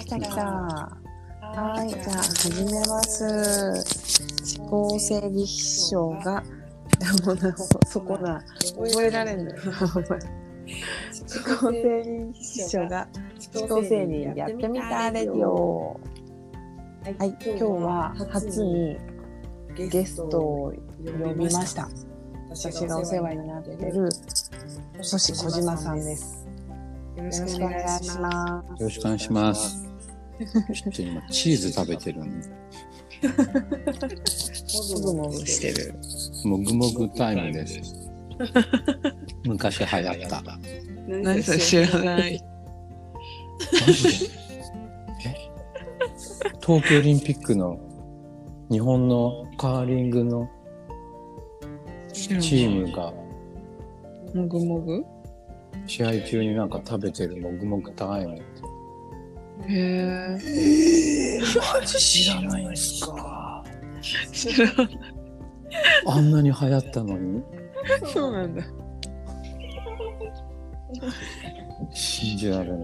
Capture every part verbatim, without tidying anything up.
来た来た。はい、じゃあ始めます。思考整理秘書が、もうそこな、覚えられんのよ。思考整理秘書が思考整理やってみたレディオ。はい、今日は初にゲストを呼びました。私がお世話になっているとし小島さんです。よろしくお願いします。 よろしくお願いします。ちょっと今チーズ食べてるんで。 もぐもぐしてる。 もぐもぐタイムです。昔流行った。 何それ知らない。 マジで？え？東京オリンピックの日本のカーリングのチームがもぐもぐ？ 試合中になんか食べてるもぐもぐタイム。 へー。 えー、マジ知らないんですか？ 知らない。 あんなに流行ったのに。 そうなんだ。 信じられない。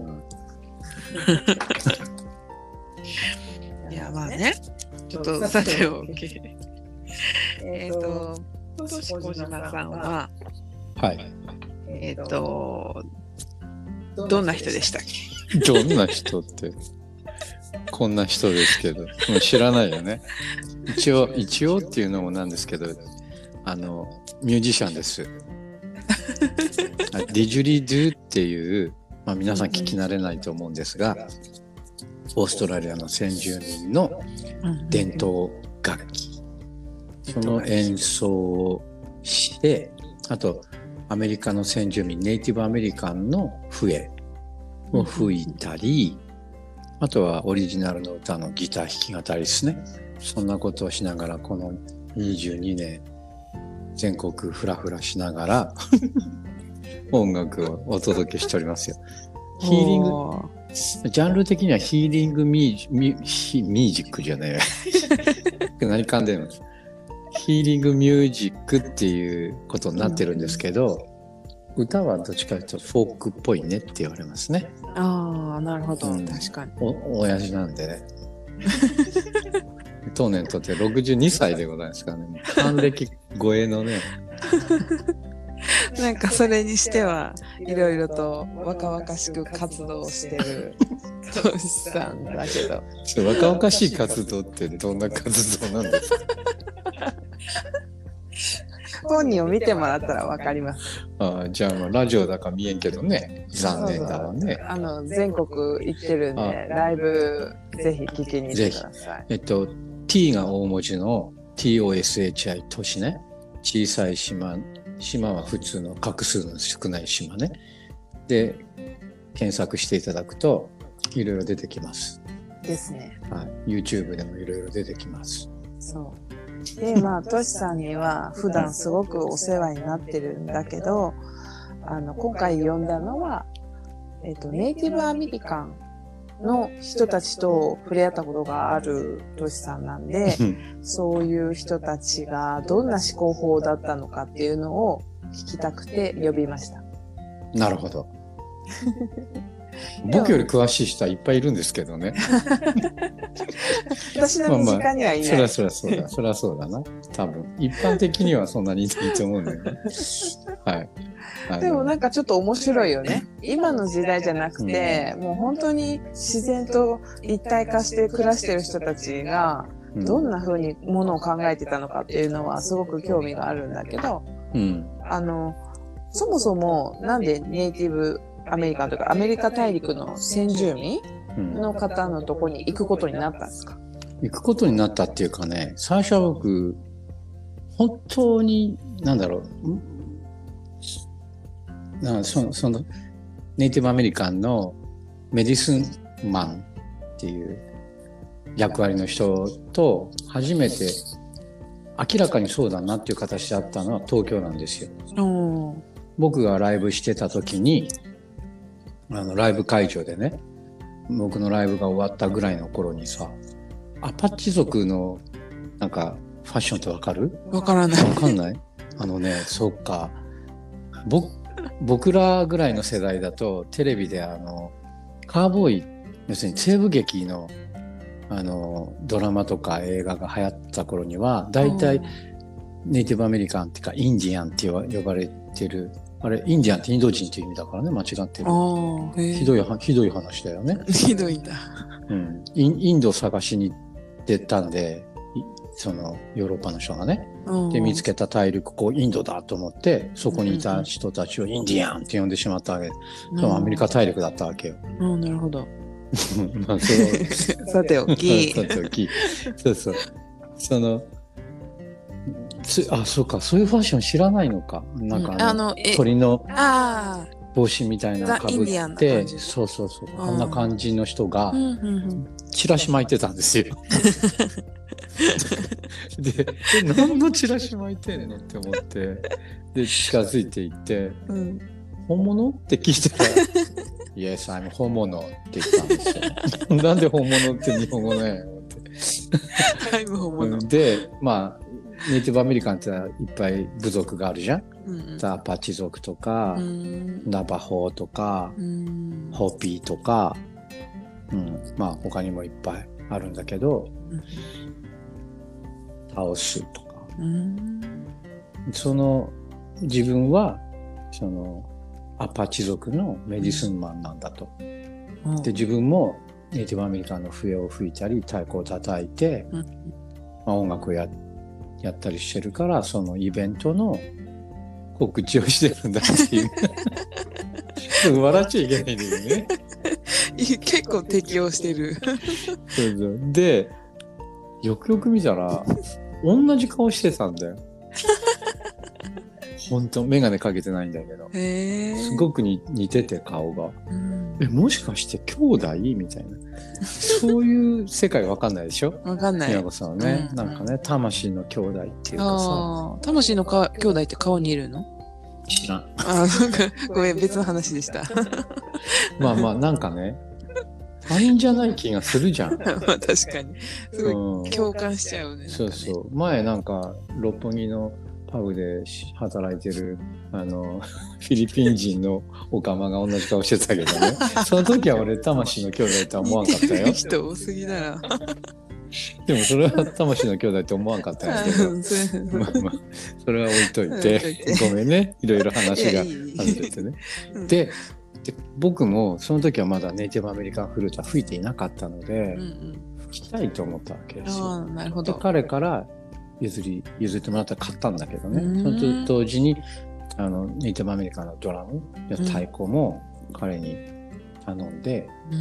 いやまあね、ちょっとさておき。えっと、とし小島さんは、 はい。 えっと、どんな人でしたっけ？ どんな人って、こんな人ですけど、もう知らないよね。一応、一応っていうのもなんですけど、あの、ミュージシャンです。ディジュリドゥっていう、まあ皆さん聞き慣れないと思うんですが、オーストラリアの先住民の伝統楽器、その演奏をして、あとアメリカの先住民、ネイティブアメリカンの笛を吹いたり、あとはオリジナルの歌のギター弾き語りですね。そんなことをしながら、このにじゅうにねん全国フラフラしながら音楽をお届けしておりますよ。ヒーリング、ジャンル的にはヒーリングミーミーミージックじゃないよ。何噛んでるの？ヒーリングミュージックっていうことになってるんですけど、歌はどっちかというとフォークっぽいねって言われますね。 ああ、なるほど、うん、確かに。 お、親父なんでね。当年とってろくじゅうにさいでございますからね。還暦超えのね。 なんかそれにしてはいろいろと若々しく活動してるトシさんだけど。 若々しい活動ってどんな活動なんですか？ 本人を見てもらったらわかります。 ああ、じゃあ、まあ、ラジオだから見えんけどね。残念だわね。 あの全国行ってるんでライブぜひ聞きに行ってください。 えっと T が大文字の ティーオーエスエイチアイ 都市ね。小さい島、島は普通の画数の少ない島ね。で検索していただくといろいろ出てきます。 ですね。 はい、YouTube でもいろいろ出てきます。 そう。でまあトシさんには普段すごくお世話になってるんだけど、あの今回呼んだのは、えっと、ネイティブアメリカンの人たちと触れ合ったことがあるトシさんなんで、そういう人たちがどんな思考法だったのかっていうのを聞きたくて呼びました。 なるほど。僕より詳しい人はいっぱいいるんですけどね。 私の身近にはいない。 まあまあ、そりゃそうだ、そりゃそうだな。多分一般的にはそんなにいいと思うんだよね。はい。 でもなんかちょっと面白いよね。今の時代じゃなくて、うん、もう本当に自然と一体化して暮らしてる人たちがどんな風にものを考えてたのかっていうのはすごく興味があるんだけど、うん、あのそもそもなんでネイティブアメリカンとかアメリカ大陸の先住民の方のとこに行くことになったんですか？ 行くことになったっていうかね、最初は僕本当に何だろう、なそのそのネイティブアメリカンのメディスンマンっていう役割の人と初めて明らかにそうだなっていう形であったのは東京なんですよ。僕がライブしてた時にあのライブ会場でね、僕のライブが終わったぐらいの頃にさ、アパッチ族のなんかファッションってわかる？ わからない。 わかんない？あのね、そっか。僕僕らぐらいの世代だとテレビであのカーボーイ要するに西部劇のあのドラマとか映画が流行った頃にはだいたいネイティブアメリカンっていうかインディアンって呼ばれてる、あれインディアンってインド人っていう意味だからね、間違ってる。 あへひどいひどい話だよね。 ひどいんだ。 うん、イン、インドを探しに行ってたんで、そのヨーロッパの人がね、で見つけた大陸、こうインドだと思ってそこにいた人たちをインディアンって呼んでしまったわけ。うん、そのアメリカ大陸だったわけよ。 うん、なるほど。 まあそのさておき。 さておき。そうそう。そのあ、そうか、そういうファッション知らないのか。なんかあの、うん、あの鳥の帽子みたいなのかぶって、そうそうそう、あんな感じの人がチラシ巻いてたんですよ。で、何のチラシ巻いてんのって思って、で近づいていって、うん、本物って聞いたらYes, I'm 本物って言ったんですよ。なんで本物って日本語ねって。 I'm 本物。 で、まあネイティブアメリカンっていっぱい部族があるじゃん。うん、アパッチ族とか、うん、ナバホーとか、うん、ホピーとか、うん、まあ他にもいっぱいあるんだけど、うん、タオスとか、うん、その自分はそのアパッチ族のメディスンマンなんだと。うん、で自分もネイティブアメリカンの笛を吹いたり太鼓を叩いて、うん、まあ、音楽をややったりしてるから、そのイベントの告知をしてるんだっていう笑っちゃいけないんだよね。 結構適応してる。 そうそう。でよくよく見たら同じ顔してたんだよ。ほんと眼鏡かけてないんだけど、へすごくに似てて顔が、うん、えもしかして兄弟みたいなそういう世界わかんないでしょ。 わかんない。 宮子さんはね、うん、なんかね魂の兄弟っていうかさ、 魂のか兄弟って顔にいるの？ 知らん。 あなんかごめん別の話でした。 まあまあなんかね他人じゃない気がするじゃん。 まあ確かにすごい共感しちゃうね。 そうそう。前なんか六本木のパブで働いてるあのフィリピン人のオカマが同じ顔してたけどね。その時は俺魂の兄弟とは思わんかったよ。 人多すぎだな。 でもそれは魂の兄弟って思わんかったんですけどまあまあそれは置いといてごめんね、いろいろ話が外れてね。でで僕もその時はまだネイティブアメリカンフルートは吹いていなかったので、うんうん、吹きたいと思ったわけですよ。 あ、なるほど。 で彼から譲り譲ってもらったら買ったんだけどね、その同時にあのネイティブアメリカンのドラムや太鼓も彼に頼んで、うん、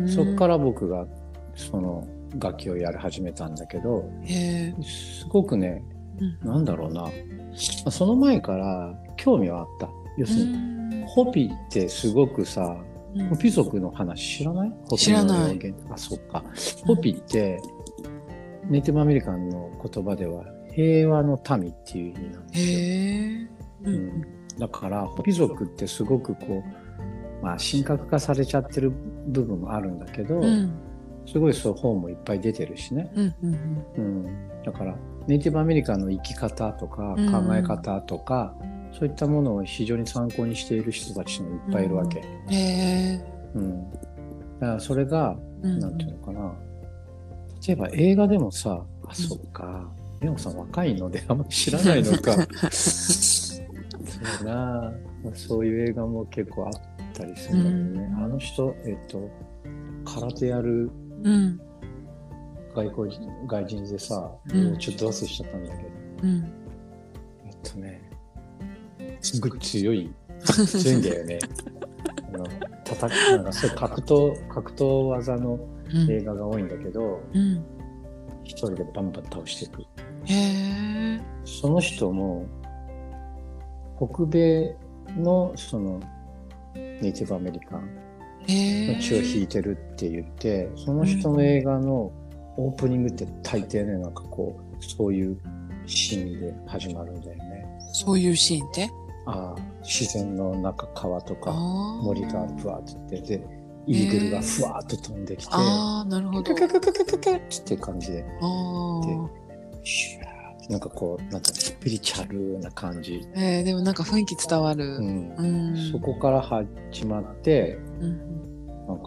そこから僕がその楽器をやり始めたんだけど、へすごくね、うん、なんだろうな、その前から興味はあった。要するにホピってすごくさ、うん、ホピ族の話知らない？ 知らない。 あ、そっか。ホピってネイティブアメリカンの言葉では平和の民っていう意味なんですよ。へー、うん、だからホピ族ってすごくこう、まあ、神格化されちゃってる部分もあるんだけど、うん、すごいそう本もいっぱい出てるしね、うんうんうんうん、だからネイティブアメリカンの生き方とか考え方とか、うん、そういったものを非常に参考にしている人たちもいっぱいいるわけ、うん、へー、うん、だからそれが、うん、なんていうのかな、例えば映画でもさ、あ、そっか、宮本さん若いのであんまり知らないのかそうな、そういう映画も結構あったりするんだけどね、うん、あの人、えっと空手やる外国人、うん、外人でさ、うん、ちょっと忘れしちゃったんだけど、うん、えっとねすごい強い強いんだよねあの叩くなんかそういう格闘格闘技の映画が多いんだけど、うん、一人でバンバン倒していく。へー。その人も北米のそのネイティブアメリカンの血を引いてるって言って、その人の映画のオープニングって大抵ね、なんかこうそういうシーンで始まるんだよね。 そういうシーンって？ああ、自然の中、川とか森がふわっとってでイーグルがふわっと飛んできて、 ああ、なるほど。 クククククククって感じで、あでシューなんかこうなんかスピリチュアルな感じ。 えー、でもなんか雰囲気伝わる。 うんうん、そこから始まって、うん、なんか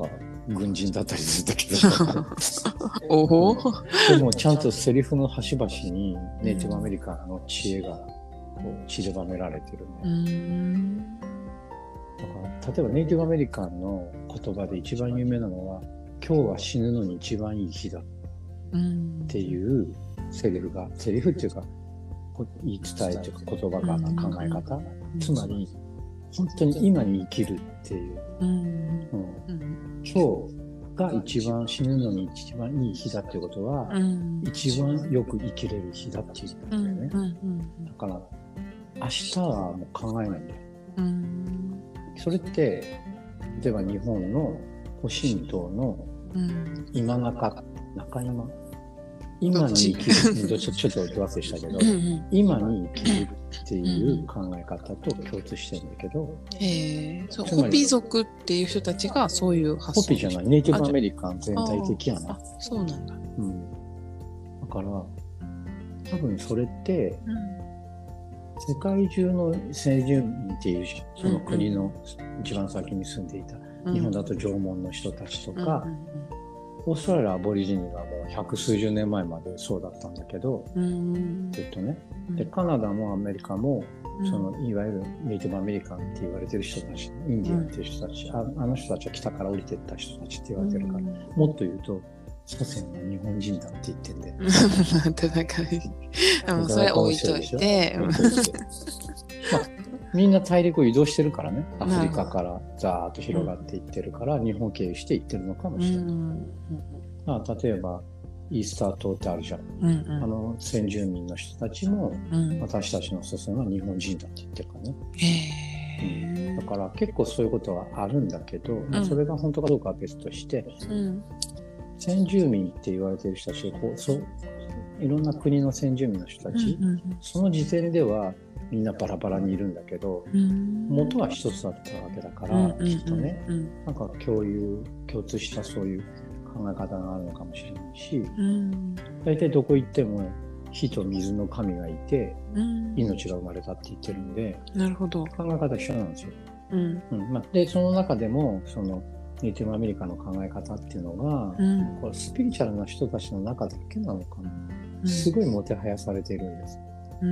軍人だったりするんだけどおお。 でもちゃんとセリフの端々にネイティブアメリカンの知恵がこう散りばめられてるね。 うーん。 だから例えばネイティブアメリカンの言葉で一番有名なのは今日は死ぬのに一番いい日だっていうセリフが、セリフっていうか言い伝えというか言葉が考え方、つまり本当に今に生きるっていう、 うんうん、今日が一番死ぬのに一番いい日だっていうことは、うん、一番よく生きれる日だっていうんだよね、うんうん、だから明日はもう考えないんだよ、うん、それって例えば日本の古神道の今中、中今今に生きるちょ, ちょっと忘れしたけど今に生きるっていう考え方と共通してるんだけど、 へえ、そう、ホピ族っていう人たちがそういう発想。 ホピじゃない、ネイティブアメリカン全体的やな。 あ、そうなんだ、うん、 だから多分それって、うん、世界中の先住民っていうその国の一番先に住んでいた、うん、日本だと縄文の人たちとか、うんうんうん、オーストラリアアボリジニがもう百数十年前までそうだったんだけど、うん、えっとね、でカナダもアメリカも、うん、そのいわゆるネイティブアメリカンって言われてる人たち、インディアンっていう人たち、うん、あ, あの人たちは北から降りてった人たちって言われてるから、うん、もっと言うと祖先は日本人だって言ってんででもそれ置いといてまあ、 みんな大陸を移動してるからね、アフリカからザーッと広がっていってるから、うん、日本経由していってるのかもしれない、うんまあ、例えばイースター島ってあるじゃん、うんうん、あの先住民の人たちも、うん、私たちの祖先は日本人だって言ってるからね、へー、うん、だから結構そういうことはあるんだけど、うんまあ、それが本当かどうかは別として、うん、先住民って言われてる人たちこうそういろんな国の先住民の人たち、うんうん、その時点ではみんなバラバラにいるんだけど、うん、元は一つだったわけだから、うん、きっとね、うん、なんか共有共通したそういう考え方があるのかもしれないし、うん、大体どこ行っても火と水の神がいて、うん、命が生まれたって言ってるんで、 なるほど、 考え方一緒なんですよ、うんうんまあ、でその中でもそのネイティブアメリカの考え方っていうのが、うん、これスピリチュアルな人たちの中だけなのかな、うん、すごいもてはやされているんです、うん、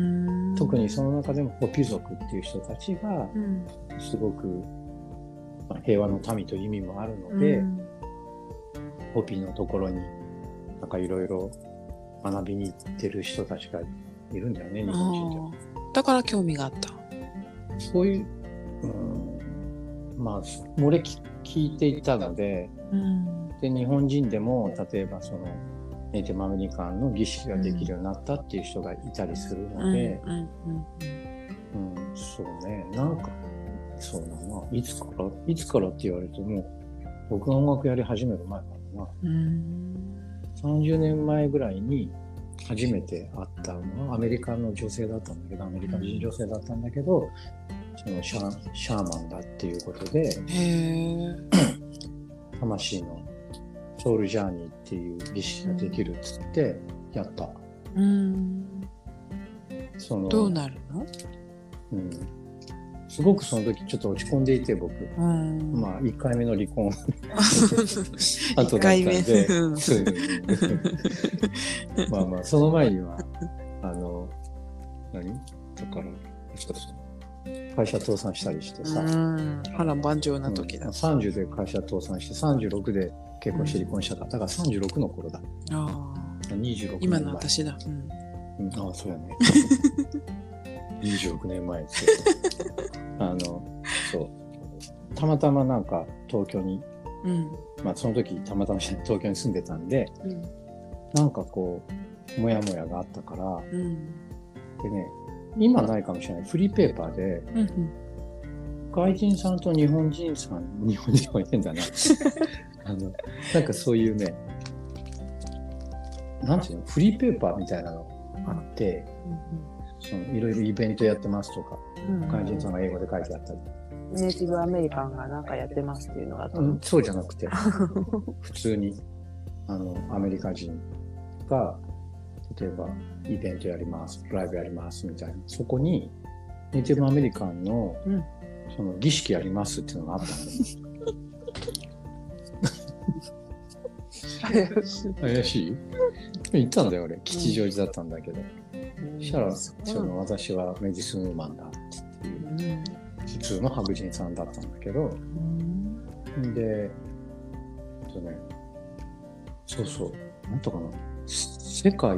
特にその中でもホピ族っていう人たちがすごく、まあ、平和の民という意味もあるので、うん、ホピのところになんかいろいろ学びに行ってる人たちがいるんだよね、日本人で。 だから興味があった。 そういう、うん、まあ漏れ聞いていたので、うん、で日本人でも例えばそのネイティブアメリカンの儀式ができるようになったっていう人がいたりするので、うんうんうんうん、そうね、なんかそうだな、いつからいつからって言われるともう僕が音楽やり始める前からな、うん、さんじゅうねんまえぐらいに初めて会ったのはアメリカの女性だったんだけど、アメリカ人女性だったんだけど、そのシャー、シャーマンだっていうことで、へ魂のソウルジャーニーっていう儀式ができるっつってやった。うん、そのどうなるの？ うん、すごくその時ちょっと落ち込んでいて僕、うん、まあいっかいめの離婚あとだったんでまあまあその前にはあの何だから会社倒産したりしてさ、 波乱万丈な時だ、 うん、さんじゅうで会社倒産してさんじゅうろくで結婚して離婚したから、だからさんじゅうろくの頃だ。ああ、にじゅうろくねんまえ。 今の私だ。 うんうん、ああ、そうやね。にじゅうろくねんまえですよ。あの、そう。たまたまなんか東京に、うん、まあその時たまたま東京に住んでたんで、うん、なんかこう、もやもやがあったから、うん、でね、今ないかもしれない。フリーペーパーで、うんうん、外人さんと日本人さん、日本人はいてんだな。あのなんかそういうね、なんていうの、フリーペーパーみたいなのあって、うんうん、そのいろいろイベントやってますとか、うんうん、外人さんが英語で書いてあったり、 ネイティブアメリカンがなんかやってますっていうのがあった、 うん、そうじゃなくて普通にあのアメリカ人が例えばイベントやります、ライブやりますみたいな、そこにネイティブアメリカンの、うん、その儀式やりますっていうのがあったんです怪しい行ったんだよ俺、吉祥寺だったんだけど、そしたらその私はメディスンウーマンだっていう、普通の白人さんだったんだけど、で、えっとね、そうそう、なんとかな、世界、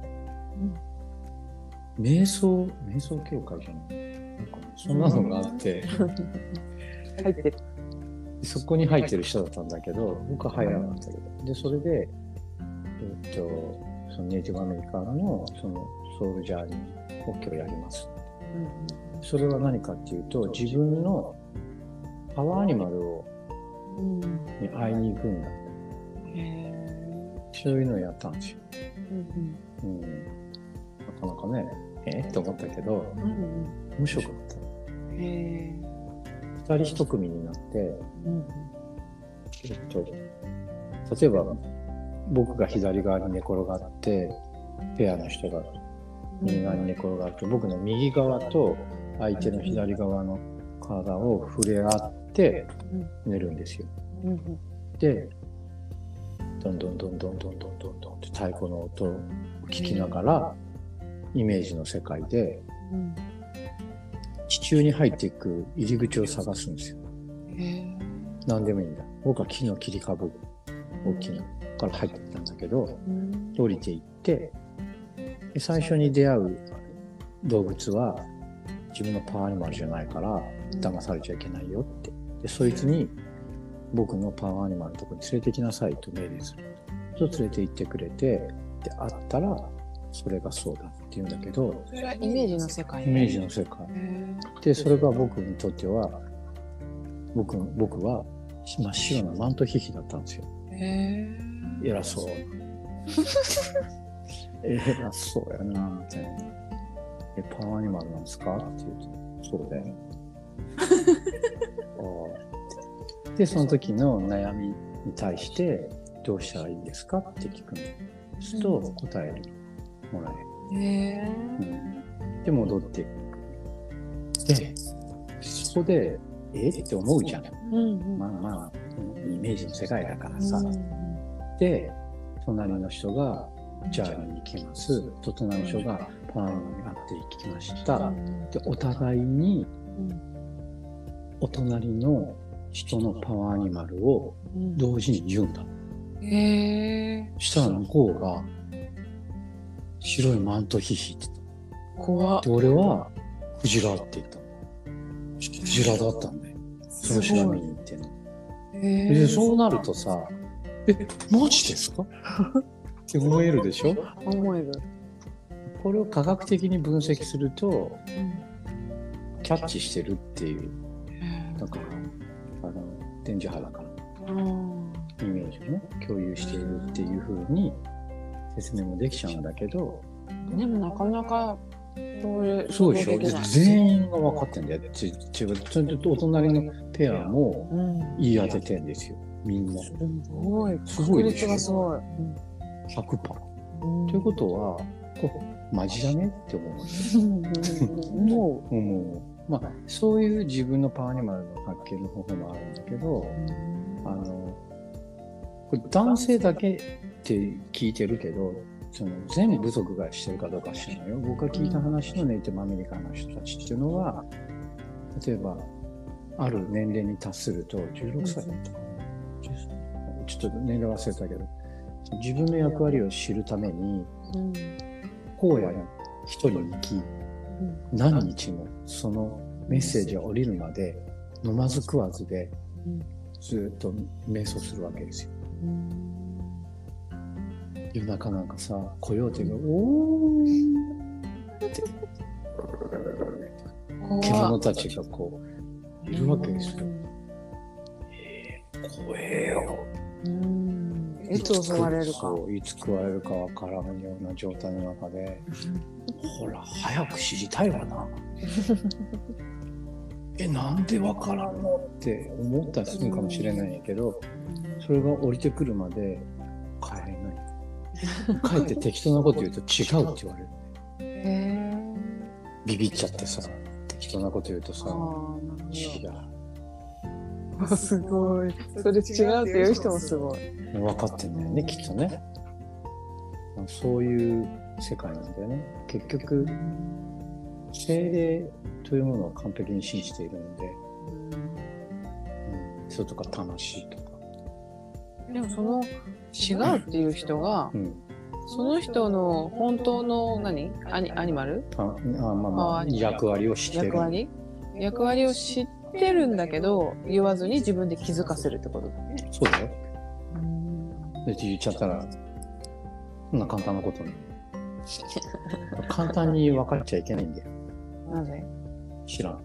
瞑想、瞑想協会じゃない、なんかそんなのがあって、 入ってる。 そこに入ってる人だったんだけど、僕は入らなかったけど、で、それで、えっと、そのネイティブアメリカのそのソウルジャーニーを今日やります。うん、それは何かっていうと、自分のパワーアニマルを、うん、に会いに行くんだ。へー、そういうのをやったんですよ。うんうんうん、なかなかね、えって思ったけど、うんうん、面白かった。へー、二人一組になって、うん、えっと、例えば僕が左側に寝転がって、ペアの人が右側に寝転がると、僕の右側と相手の左側の体を触れ合って寝るんですよ。うんうん、で、どんどんどんどんどんどんどんどんって太鼓の音を聞きながら、イメージの世界で、うん地中に入っていく入り口を探すんですよ。へ、何でもいいんだ。僕は木の切り株大きなから入っていったんだけど、うん、降りていってで、最初に出会う動物は自分のパワーアニマルじゃないから騙されちゃいけないよって。で、そいつに僕のパワーアニマルのところに連れてきなさいと命令すると。と連れて行ってくれて、で、会ったらそれがそうだって言うんだけど、 それはイメージの世界。 イメージの世界で、それが僕にとっては、僕僕は真っ白なマントヒヒだったんですよ。へー、偉そう。偉そうやなみたいな。え、パワーアニマルなんですかって言うと、そうだよ。あで、その時の悩みに対してどうしたらいいですかって聞くんですと、答える。もらえる。へー、うん、で戻っていく。で、そこでえって思うじゃん。うんうん、まあまあイメージの世界だからさ。うん、で、隣の人がジャーニーに行きます。と隣の人がパワーになっていきました。うん、で、お互いにお隣の人のパワーアニマルを同時に言うんだ。へー。したら向こうが白いマントヒヒって言った。怖っ。で、俺はクジラって言った。クジラだったんだよ。その人が見に行っての。で、そうなるとさ、え、マジですかって思えるでしょ。 思える。 これを科学的に分析すると、うん、キャッチしてるっていう、だから、あの、電磁波だから、イメージをね、共有しているっていう風に説明もできちゃうんだけど、 でもなかなかそういう、 そうでしょ。で全員が分かってんだよ。ちちちょっとお隣のペアも言い当ててんですよ。みんな。すごい。すごいでしょ。確率がすごい。 ひゃくパーセント。ということは、こうマジだねって思う。思う。思う。まあそういう自分のパワーアニマルの発見の方法もあるんだけど、あのこれ男性だけって聞いてるけど。その全部族がしてるかどうか知らないよ。僕が聞いた話のネイティブアメリカの人たちっていうのは、例えばある年齢に達するとじゅうろくさいだったかな、ちょっと年齢忘れたけど、自分の役割を知るために荒野に一人に行き、何日もそのメッセージが降りるまで飲まず食わずでずっと瞑想するわけですよ。夜中なんかさ、コヨーテがおーって獣たちがこういるわけですよ。えー、怖えよ。 うん、いつ襲われるか、 そういつ食われるかわからんような状態の中で、ほら早く知りたいわな。え、なんでわからんのって思ったりするかもしれないんやけど、それが降りてくるまで帰れない。帰って適当なこと言うと違うって言われる。へー。ビビっちゃってさ、適当なこと言うとさ、違う。 すごい。それ違うっていう人もすごい。 分かってんだよね、きっとね。そういう世界なんだよね。結局、精霊というものを完璧に信じているので、うん、それとか魂とか。 でもその違うっていう人が、 うん、 その人の本当の何アニ、アニマルああまあまあ役割を知ってる。 役割役割を知ってるんだけど、言わずに自分で気づかせるってことだね。 そうだよ。で言っちゃったら、そんな簡単なことに。簡単に分かっちゃいけないんだよ。 なぜ？ 知らん。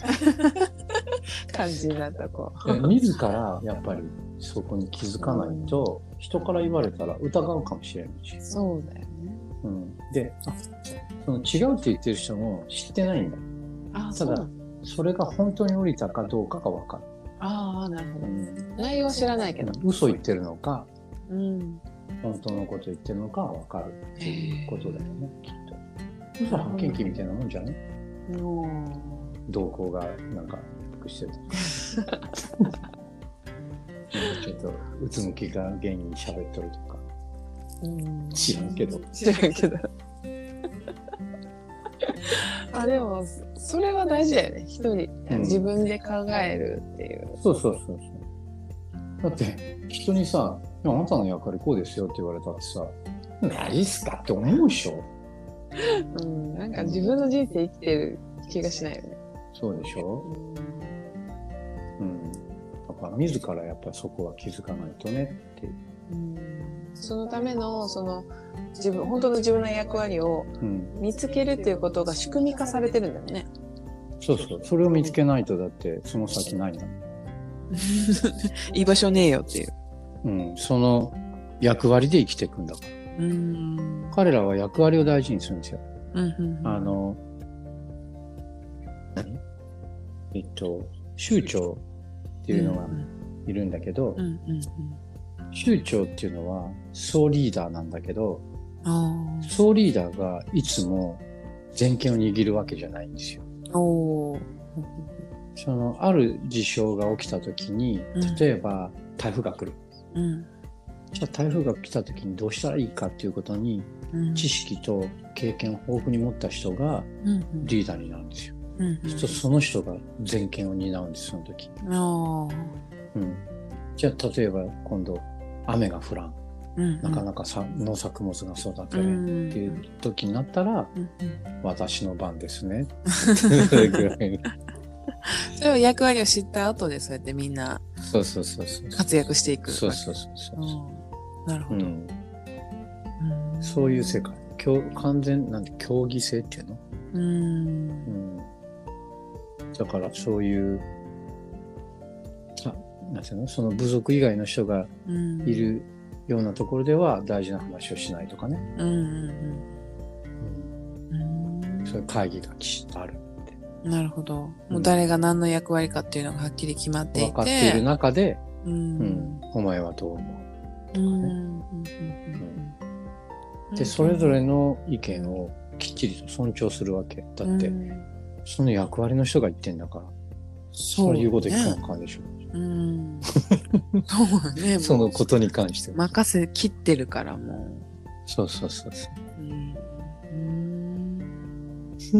感じになった子。 自らやっぱりそこに気づかないと、うん、人から言われたら疑うかもしれないし。 そうだよね。 うん、で、あ、その違うって言ってる人も知ってないんだ。あ、ただそれが本当に降りたかどうかが分かる。 ああ、なるほど。うん、内容は知らないけど。 嘘言ってるのか、 うん、 本当のこと言ってるのかは分かるっていうことだよね、きっと。嘘発見器みたいなもんじゃね。うん、動向がなんか複してるとかちょっとうつむきが原因に喋っとるとか、うん、知らんけど知らんけどあ、でもそれは大事だよね。一人、うん、自分で考えるっていう。 そうそうそうそう。だって人にさ、あなたの役割こうですよって言われたらさ、何っすかって思うでしょ。 うん、なんか自分の人生生きてる気がしないよね。 そうでしょ。うん。だから自らやっぱりそこは気づかないとねっていう。 うん、そのためのその自分本当の自分の役割を見つけるっていうことが仕組み化されてるんだよね。 そうそう。それを見つけないとだってその先ないんだもん。 居場所ねえよっていう。 うん。その役割で生きていくんだから。うん、彼らは役割を大事にするんですよ。うんうんうん、あの何えっと酋長っていうのがいるんだけど、うんうんうん、酋長っていうのは総リーダーなんだけど、総リーダーがいつも全権を握るわけじゃないんですよ。おそのある事象が起きた時に、例えば台風が来る。うんじゃあ台風が来た時にどうしたらいいかっていうことに、うん、知識と経験を豊富に持った人がリーダーになるんですよ。うんうん、そ, その人が全権を担うんです、その時。うん、じゃあ例えば今度雨が降らん、うんうん、なかなかさ農作物が育てれんっていう時になったら、うんうん、私の番ですね。それは役割を知った後でそうやってみんな活躍していく。 そうそうそうそう。 なるほど、うん、 そういう世界、完全なんて競技性っていうの、うん、うん、だからそういうなんていうのその部族以外の人がいるようなところでは大事な話をしないとかね、うんうんうんうん、そういう会議がきちっとあるって。 なるほど。もう誰が何の役割かっていうのがはっきり決まっていて、 分かっている中で、うんうん、お前はどう思うでそれぞれの意見をきっちりと尊重するわけだって、うん、その役割の人が言ってんだからそういうこと聞かなあかんでしょう、うん、そうねそのことに関して任せきってるからもうそうそうそうそう、うんうん、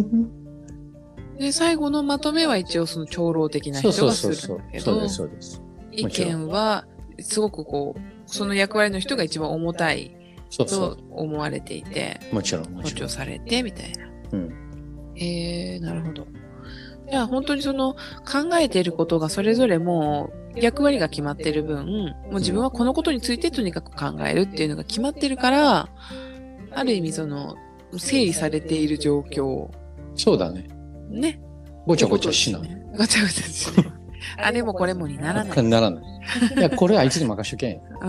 で最後のまとめは一応その長老的な人がするんだけどそうですそうです意見はすごくこうその役割の人が一番重たいと思われていて、 もちろん強調されてみたいな。うん、えー、なるほど。じゃあ本当にその考えていることがそれぞれもう役割が決まっている分、もう自分はこのことについてとにかく考えるっていうのが決まってるから、ある意味その整理されている状況。 そうだね。 ね。 ごちゃごちゃしない。 ごちゃごちゃしない。あれもこれもにならない。 ならない。いや、これはあいつに任しとけん。うん。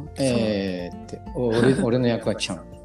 えーって、俺、俺の役はちゃう。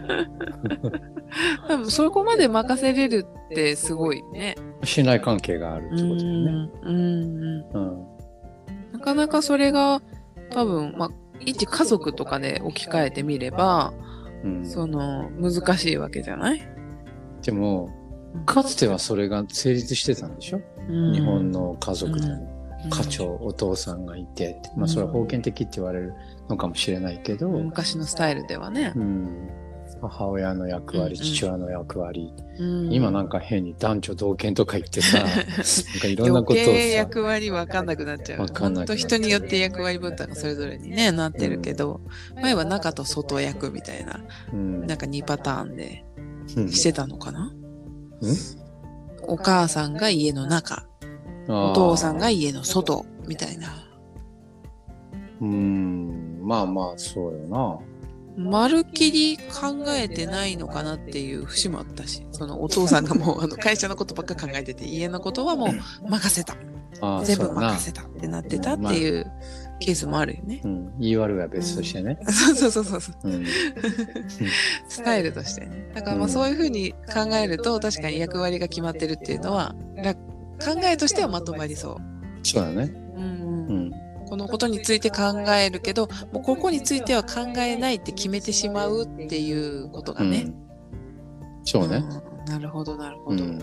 多分そこまで任せれるってすごいね。 信頼関係があるってことだよね。うんうんうん。なかなかそれが多分、まあ、一家族とかで置き換えてみれば、うん、その難しいわけじゃない？ でも、かつてはそれが成立してたんでしょ？うん、日本の家族でも。 課長、お父さんがいて、まあそれは封建的って言われるのかもしれないけど、 昔のスタイルではね、 うん、母親の役割、 うんうん、 父親の役割、 うん、 今なんか変に男女同権とか言ってさ、なんかいろんなことをさ、 余計役割分かんなくなっちゃう。本当人によって役割分担がそれぞれにねなってるけど、うん、前は中と外役みたいな、うん、なんかにパターンでしてたのかな、うん、お母さんが家の中、お父さんが家の外みたいな。 うーん、まあまあそうよな。 まるっきり考えてないのかなっていう節もあったし、そのお父さんがもうあの会社のことばっか考えてて、家のことはもう任せた、あ全部任せたってなってたっていうケースもあるよね。 うん、言い悪いは別としてね。 うん、そうそうそうそう、うん、スタイルとしてね。だからまあそういうふうに考えると、確かに役割が決まってるっていうのは考えとしてはまとまりそう。 そうだね。 うん、うんこのことについて考えるけど、もうここについては考えないって決めてしまうっていうことがね。うん、 そうね、 うん。なるほど、なるほど。うん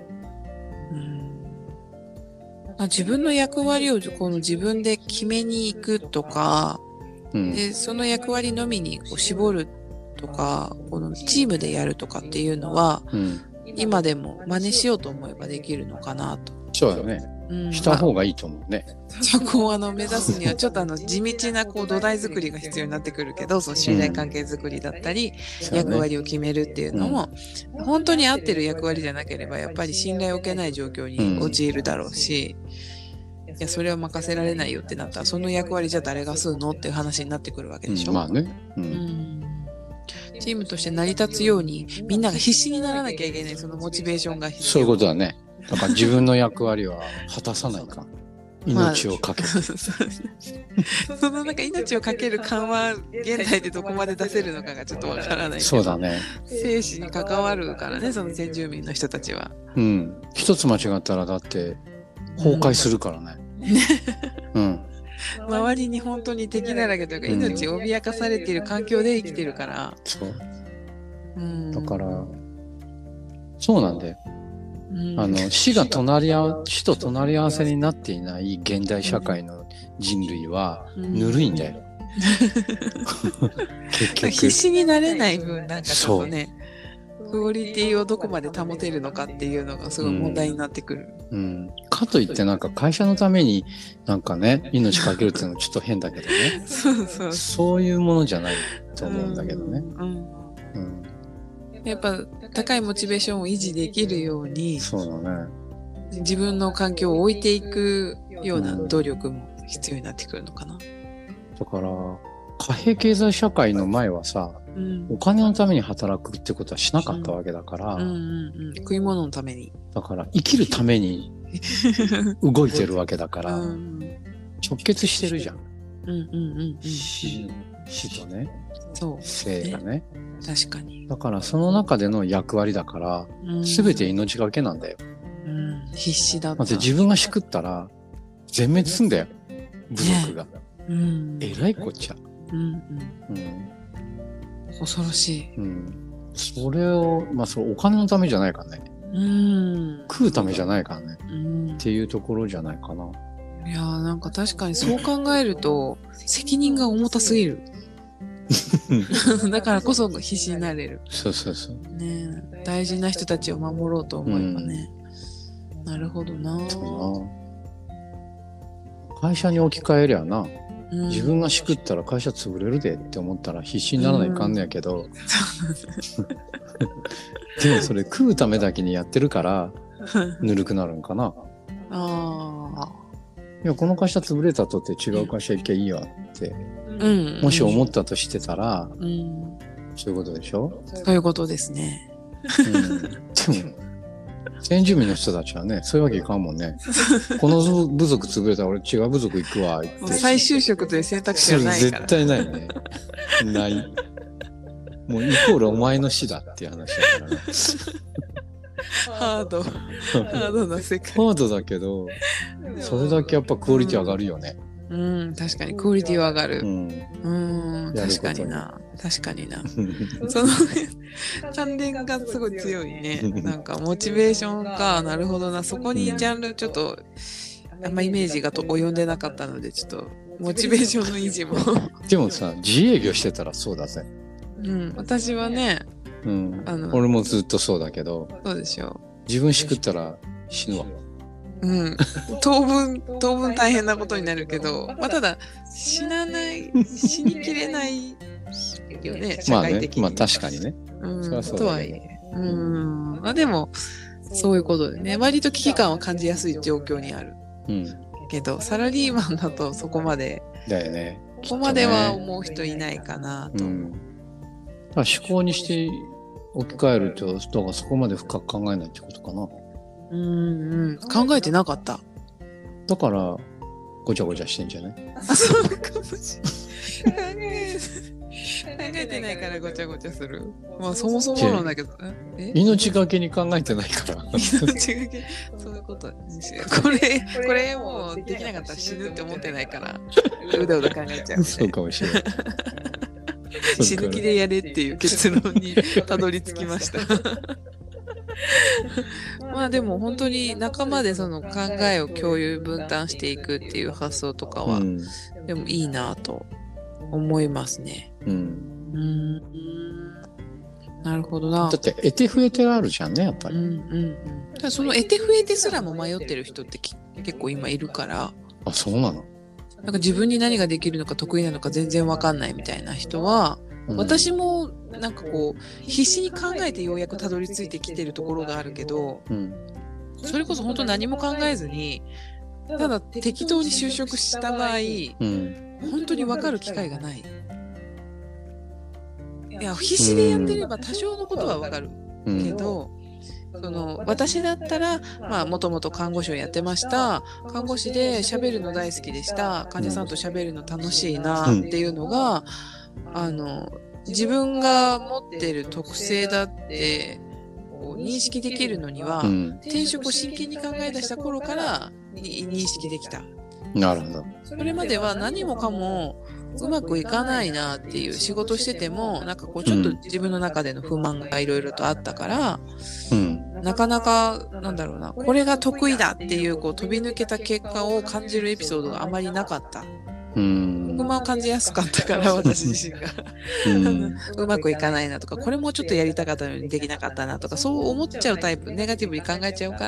うん、自分の役割をこの自分で決めに行くとか、うん、でその役割のみにこう絞るとか、このチームでやるとかっていうのは、うん、今でも真似しようと思えばできるのかなと。 そうだね。うん、した方がいいと思うね。 そこをあの目指すにはちょっとあの地道なこう土台作りが必要になってくるけど、その信頼関係作りだったり、うん、役割を決めるっていうのも、うん、本当に合ってる役割じゃなければやっぱり信頼を受けない状況に陥るだろうし、うん、いやそれは任せられないよってなったらその役割じゃ誰がするのっていう話になってくるわけでしょ。 うん、まあね。 うんうんチームとして成り立つようにみんなが必死にならなきゃいけない、そのモチベーションが必要。 そういうことだね。だから自分の役割は果たさないか。命をかける。まあ、そのなんか命をかける感は現代でどこまで出せるのかがちょっとわからないけど。 そうだね。 生死に関わるからね、その先住民の人たちは。 うん。一つ間違ったらだって崩壊するからね。うん。うん周りに本当に敵だらけというか、命を脅かされている環境で生きてるから。 そう。うん、だから、そうなんだよ。うん、あの死が隣り合わ死と隣り合わせになっていない現代社会の人類はぬるいんだよ。 うん、結局必死になれない分なんかちょっとねクオリティをどこまで保てるのかっていうのがすごい問題になってくる。 うんうん、かといってなんか会社のためになんかね命かけるっていうのはちょっと変だけどね。 そうそう。 そういうものじゃないと思うんだけどね。うんうんうんやっぱ高いモチベーションを維持できるように、 そうだね。 自分の環境を置いていくような努力も必要になってくるのかな。 だから貨幣経済社会の前はさ、うん、お金のために働くってことはしなかったわけだから、うんうんうんうん、食い物のために。 だから生きるために動いてるわけだから、うん、直結してるじゃん。 うんうんうんうん、 死、死とね。 そう生がね。 確かに。 だからその中での役割だから、すべて命がけなんだよ。 うん、必死だった。 だって自分がしくったら全滅すんだよ、部族が。ねうん、えらいこっちゃ。うんうんうん、恐ろしい。 うん、それをまあそれお金のためじゃないからね。うん、食うためじゃないからね、うん。っていうところじゃないかな。 いやーなんか確かにそう考えると責任が重たすぎる。だからこそ必死になれる。 そうそうそう。 ねえ、大事な人たちを守ろうと思えばね。うん、なるほどな。 会社に置き換えりゃな、うん、自分がしくったら会社潰れるでって思ったら必死にならないかんねやけど。うん、でもそれ食うためだけにやってるからぬるくなるんかな。ああ。いやこの会社潰れたとって違う会社行きゃいいわって。うん、もし思ったとしてたら、うん、そういうことでしょ？ そういうことですね。 うん、でも先住民の人たちはねそういうわけいかんもんね。この部族潰れたら俺違う部族行くわって。 再就職という選択肢はないから。 絶対ないね。ない。もうイコールお前の死だっていう話だからね。 ハード。ハードな世界。 ハードだけどそれだけやっぱクオリティ上がるよね。 うん、確かにクオリティは上がる。うん、うん確かにな。確かにな。その関連がすごい強いね。なんかモチベーションか、なるほどな。そこにジャンルちょっとあんまイメージがと及んでなかったので、ちょっとモチベーションの維持もでもさ、自営業してたらそうだぜ。 うん、私はね、 うん、 あの俺もずっとそうだけど、 そうでしょ。 自分しくったら死ぬわ。 うん、当分当分大変なことになるけど、まあ、ただ死なない死にきれないよね、社会的に。 まあね、まあ確かにね。 うん、 そりゃそうとはいえ、うん、まあでもそういうことでね、割と危機感を感じやすい状況にある。 うん。 けどサラリーマンだとそこまでだよね。 ここまでは思う人いないかなと。 うん、だから思考にして置き換えると、だからそこまで深く考えないってことかな。 うんうん、考えてなかった。 だからごちゃごちゃしてんじゃない？ あ、そうかもしれない。考え考えてないからごちゃごちゃする。まあそもそもなんだけど、 え命がけに考えてないから。 命がけ、そういうことですよ。これこれもうできなかったら死ぬって思ってないから、うだうだ考えちゃう。 そうかもしれない。 死ぬ気でやれっていう結論にたどり着きました。まあでも本当に仲間でその考えを共有分担していくっていう発想とかは、うん、でもいいなと思いますね。うん。うーん、なるほどな。 だって得て増えてあるじゃんね、やっぱり。うんうんうん。だからその得て増えてすらも迷ってる人って結構今いるから。 あ、そうなの？ なんか自分に何ができるのか得意なのか全然わかんないみたいな人は、うん、私もなんかこう必死に考えてようやくたどり着いてきてるところがあるけど、うん、それこそ本当何も考えずにただ適当に就職した場合、うん、本当に分かる機会がない。いや必死でやってれば多少のことは分かるけど、うん、その私だったらまあもともと看護師をやってました。看護師で喋るの大好きでした。患者さんと喋るの楽しいなっていうのが、うん、あの自分が持ってる特性だってこう認識できるのには、うん、転職を真剣に考え出した頃から認識できた。 なるほど。 それまでは何もかもうまくいかないなっていう仕事しててもなんかこうちょっと自分の中での不満がいろいろとあったから、うん、なかなかなんだろうな、これが得意だっていうこう飛び抜けた結果を感じるエピソードがあまりなかった。うん、不満を感じやすかったから私自身がうまくいかないなとか、これもちょっとやりたかったのにできなかったなとか、そう思っちゃうタイプ、ネガティブに考えちゃうから、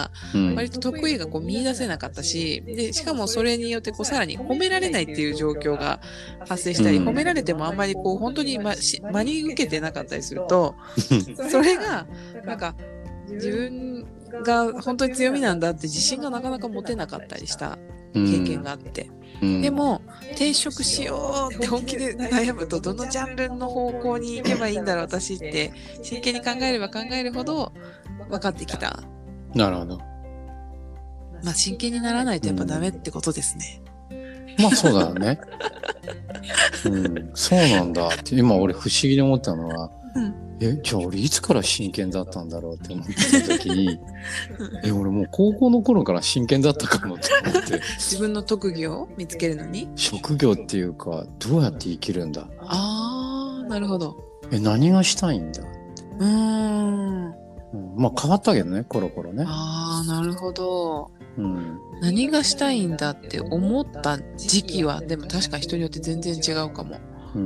うん、割と得意がこう見出せなかったし、でしかもそれによってこうさらに褒められないっていう状況が発生したり、うん、褒められてもあんまりこう本当に真に受けてなかったりするとそれがなんか自分が本当に強みなんだって自信がなかなか持てなかったりした経験があって、うん、でも転職しようって本気で悩むとどのジャンルの方向に行けばいいんだろう私って真剣に考えれば考えるほど分かってきた。 なるほど。 まあ真剣にならないとやっぱダメってことですね。 うん、まあそうだよね。うん、そうなんだって今俺不思議に思ったのは、うんえ、じゃあ俺いつから真剣だったんだろうって思った時にえ、俺もう高校の頃から真剣だったかもって思って自分の特技を見つけるのに職業っていうかどうやって生きるんだ。 あーなるほど。 え、何がしたいんだって。うーん、うん、まあ変わったけどね、コロコロね。 あーなるほど、うん、何がしたいんだって思った時期はでも確か人によって全然違うかも。うん、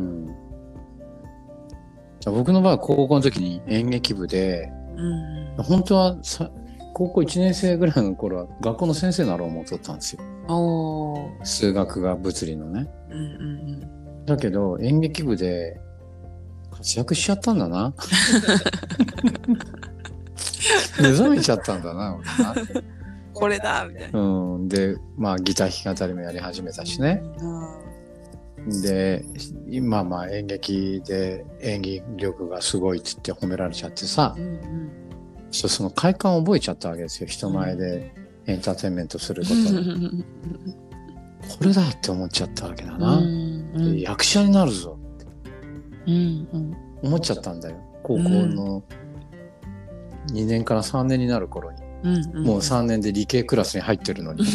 僕の場合は高校の時に演劇部で、うん、本当はさ高校いちねん生ぐらいの頃は学校の先生になろう思っとったんですよ。お数学が物理のね、うんうんうん、だけど演劇部で活躍しちゃったんだな目覚めちゃったんだな俺なこれだみたいな、 うん、でまあギター弾き語りもやり始めたしね、うん、で今まあ演劇で演技力がすごいって言って褒められちゃってさ、うんうん、そ, その快感を覚えちゃったわけですよ。人前でエンターテインメントすることにこれだって思っちゃったわけだな、うんうん、で役者になるぞって、うんうん、思っちゃったんだよ高校のにねんからさんねんになる頃に、うんうん、もうさんねんで理系クラスに入ってるのに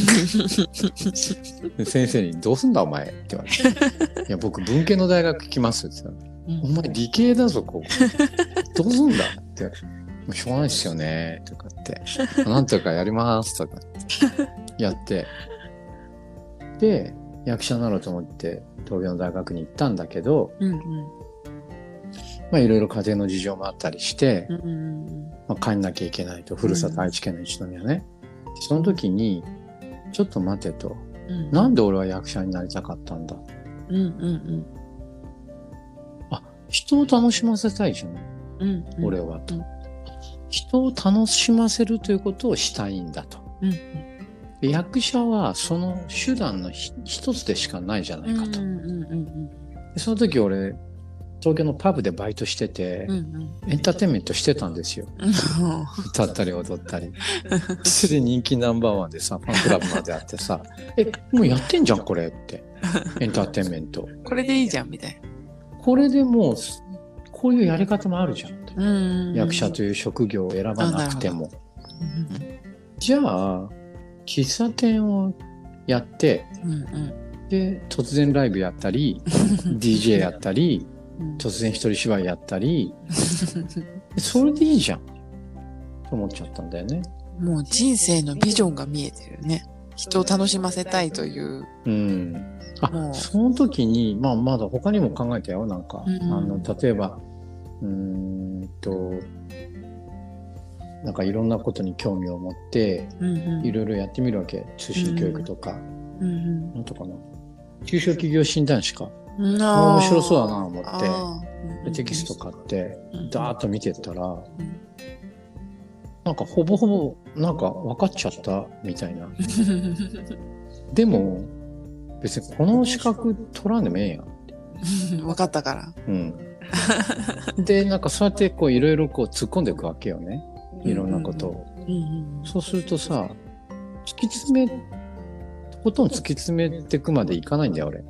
先生にどうすんだお前って言われていや僕文系の大学来ますって言ったら、うん、お前理系だぞここどうすんだってもうしょうがないですよねとかってなんとかやりますとかってやってで役者になろうと思って東京の大学に行ったんだけど、 うんうんまあいろいろ家庭の事情もあったりして、 うんうんまあ、帰んなきゃいけないと、ふるさと愛知県の一宮ね、うん、その時にちょっと待てと、うん、なんで俺は役者になりたかったんだ、 うんうんうん、 あ、人を楽しませたいじゃない、うんうん、俺はと、うん、人を楽しませるということをしたいんだと、うんうん、役者はその手段の一つでしかないじゃないかと、うんうんうんうん、その時俺東京のパブでバイトしてて、うんうん、エンターテインメントしてたんですよ歌ったり踊ったりそれで人気ナンバーワンでさ、ファンクラブまであってさえ、もうやってんじゃんこれってエンターテインメントこれでいいじゃんみたいな、 これでもうこういうやり方もあるじゃんと、うんうんうん、役者という職業を選ばなくても、うんうん、じゃあ喫茶店をやって、うんうん、で突然ライブやったりディージェー やったり突然一人芝居やったりそれでいいじゃんと思っちゃったんだよね。 もう人生のビジョンが見えてるね。人を楽しませたいという、 うん、あ、その時に、まあ、まだ他にも考えたよ。なんか、うん、あの例えばうーんとなんかいろんなことに興味を持って、うんうん、いろいろやってみるわけ。通信教育とか、うんうん、なんとかな中小企業診断士か面白そうだなと思ってテキスト買ってダーッと見てったら、うん、なんかほぼほぼなんか分かっちゃったみたいなでも別にこの資格取らんでもええやんって分かったから、うん、 でなんかそうやってこういろいろこう突っ込んでいくわけよね、いろんなことを、うんうんうん、そうするとさ突き詰めとことん突き詰めていくまでいかないんだよ俺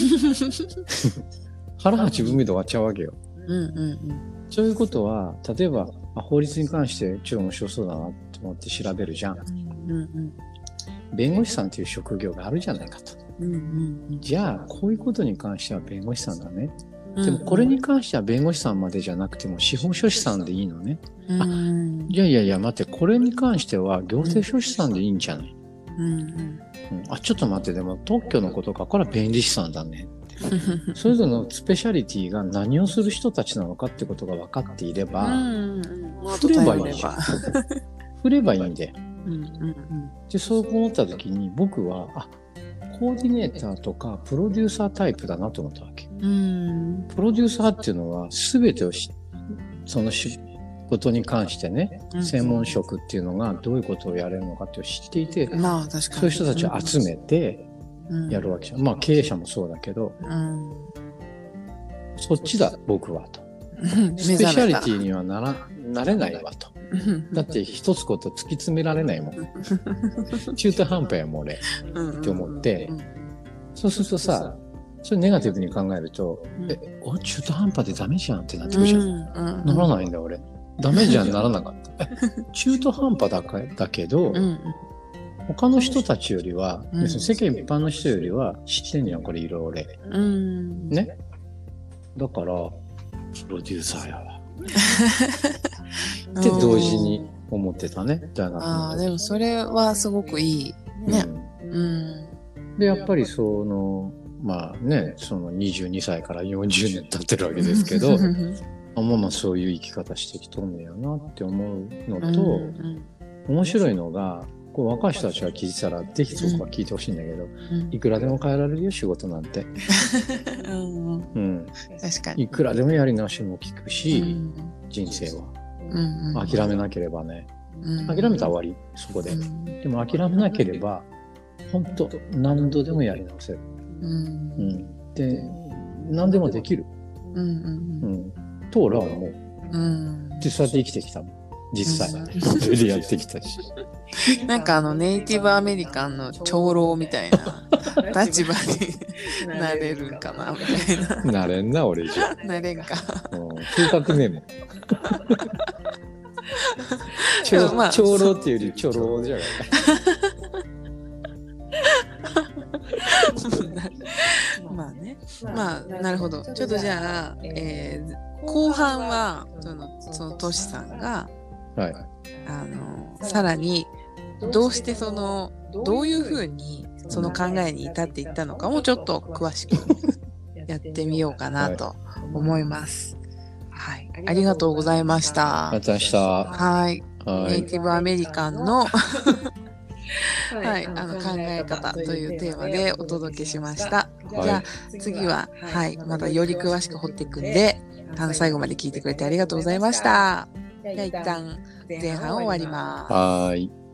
腹八分目で終わっちゃうわけよ、うんうんうん、そういうことは例えば法律に関してちょっと面白そうだなと思って調べるじゃん、うんうん、弁護士さんという職業があるじゃないかと、うんうんうん、じゃあこういうことに関しては弁護士さんだね、うんうん、でもこれに関しては弁護士さんまでじゃなくても司法書士さんでいいのね、うん、あ、いやいやいや待ってこれに関しては行政書士さんでいいんじゃない、うんうんうん、あ、ちょっと待って、でも特許のことか、これは弁理士さんだねってそれぞれのスペシャリティが何をする人たちなのかってことが分かっていれば、うんうん、振ればいいじゃん振ればいいんで、うんうんうん、でそう思った時に僕はあコーディネーターとかプロデューサータイプだなと思ったわけ、うん、プロデューサーっていうのは全てをしその仕事に関してね、うん、専門職っていうのがどういうことをやれるのかって知っていて、まあ、確かにそういう人たちを集めてやるわけじゃん、うん、まあ経営者もそうだけど、うん、そっちだ僕はとスペシャリティにはならなれないわとだって一つこと突き詰められないもん中途半端やもん俺って思って、うんうんうん、そうするとさそれネガティブに考えると、うん、え俺中途半端でダメじゃんってなってくるじゃん、うんうんうん、ならないんだ俺ダメじゃんならなかった中途半端だかだけど、うんうん、他の人たちよりは、うん、要するに世間一般の人よりは知ってんじゃんこれ色俺、うん、ねだからプロデューサーやわって同時に思ってたね大学の。 あでもそれはすごくいいね、 うんうん、でやっぱりそのまあねそのにじゅうにさいからよんじゅうねん経ってるわけですけどあまあまあそういう生き方してきとんねやなって思うのと、うんうん、面白いのがこう若い人たちが聞いてたらぜひそこは聞いてほしいんだけど、うん、いくらでも変えられるよ仕事なんて、うんうん、確かにいくらでもやり直しも聞くし、うん、人生は、うんうん、諦めなければね、うん、諦めたら終わりそこで、うん、でも諦めなければ本当何度でもやり直せる、うんうん、で何でもできる、うんうんうんと俺は思う、うん、でそうやって生きてきた実際、うん、それでやってきたしなんかあのネイティブアメリカンの長老みたいな立場になれるんかなみたいななれんな俺じゃなれんか風格ねえもん長、まあ、長老っていうより長老じゃないまあねまあなるほどちょっとじゃあ、えー、後半はそのそのトシさんが、はい、あのさらにどうしてそのどういうふうにその考えに至っていったのかもちょっと詳しくやってみようかなと思います。はい、ありがとうございました。 ありがとうございました。 はい、 はい。 ネイティブアメリカンのはい、あの考え方というテーマでお届けしました。 はい、 じゃあ次は、はい、またより詳しく掘っていくんで、あの最後まで聞いてくれてありがとうございました。じゃあ一旦前半を終わります。 はい。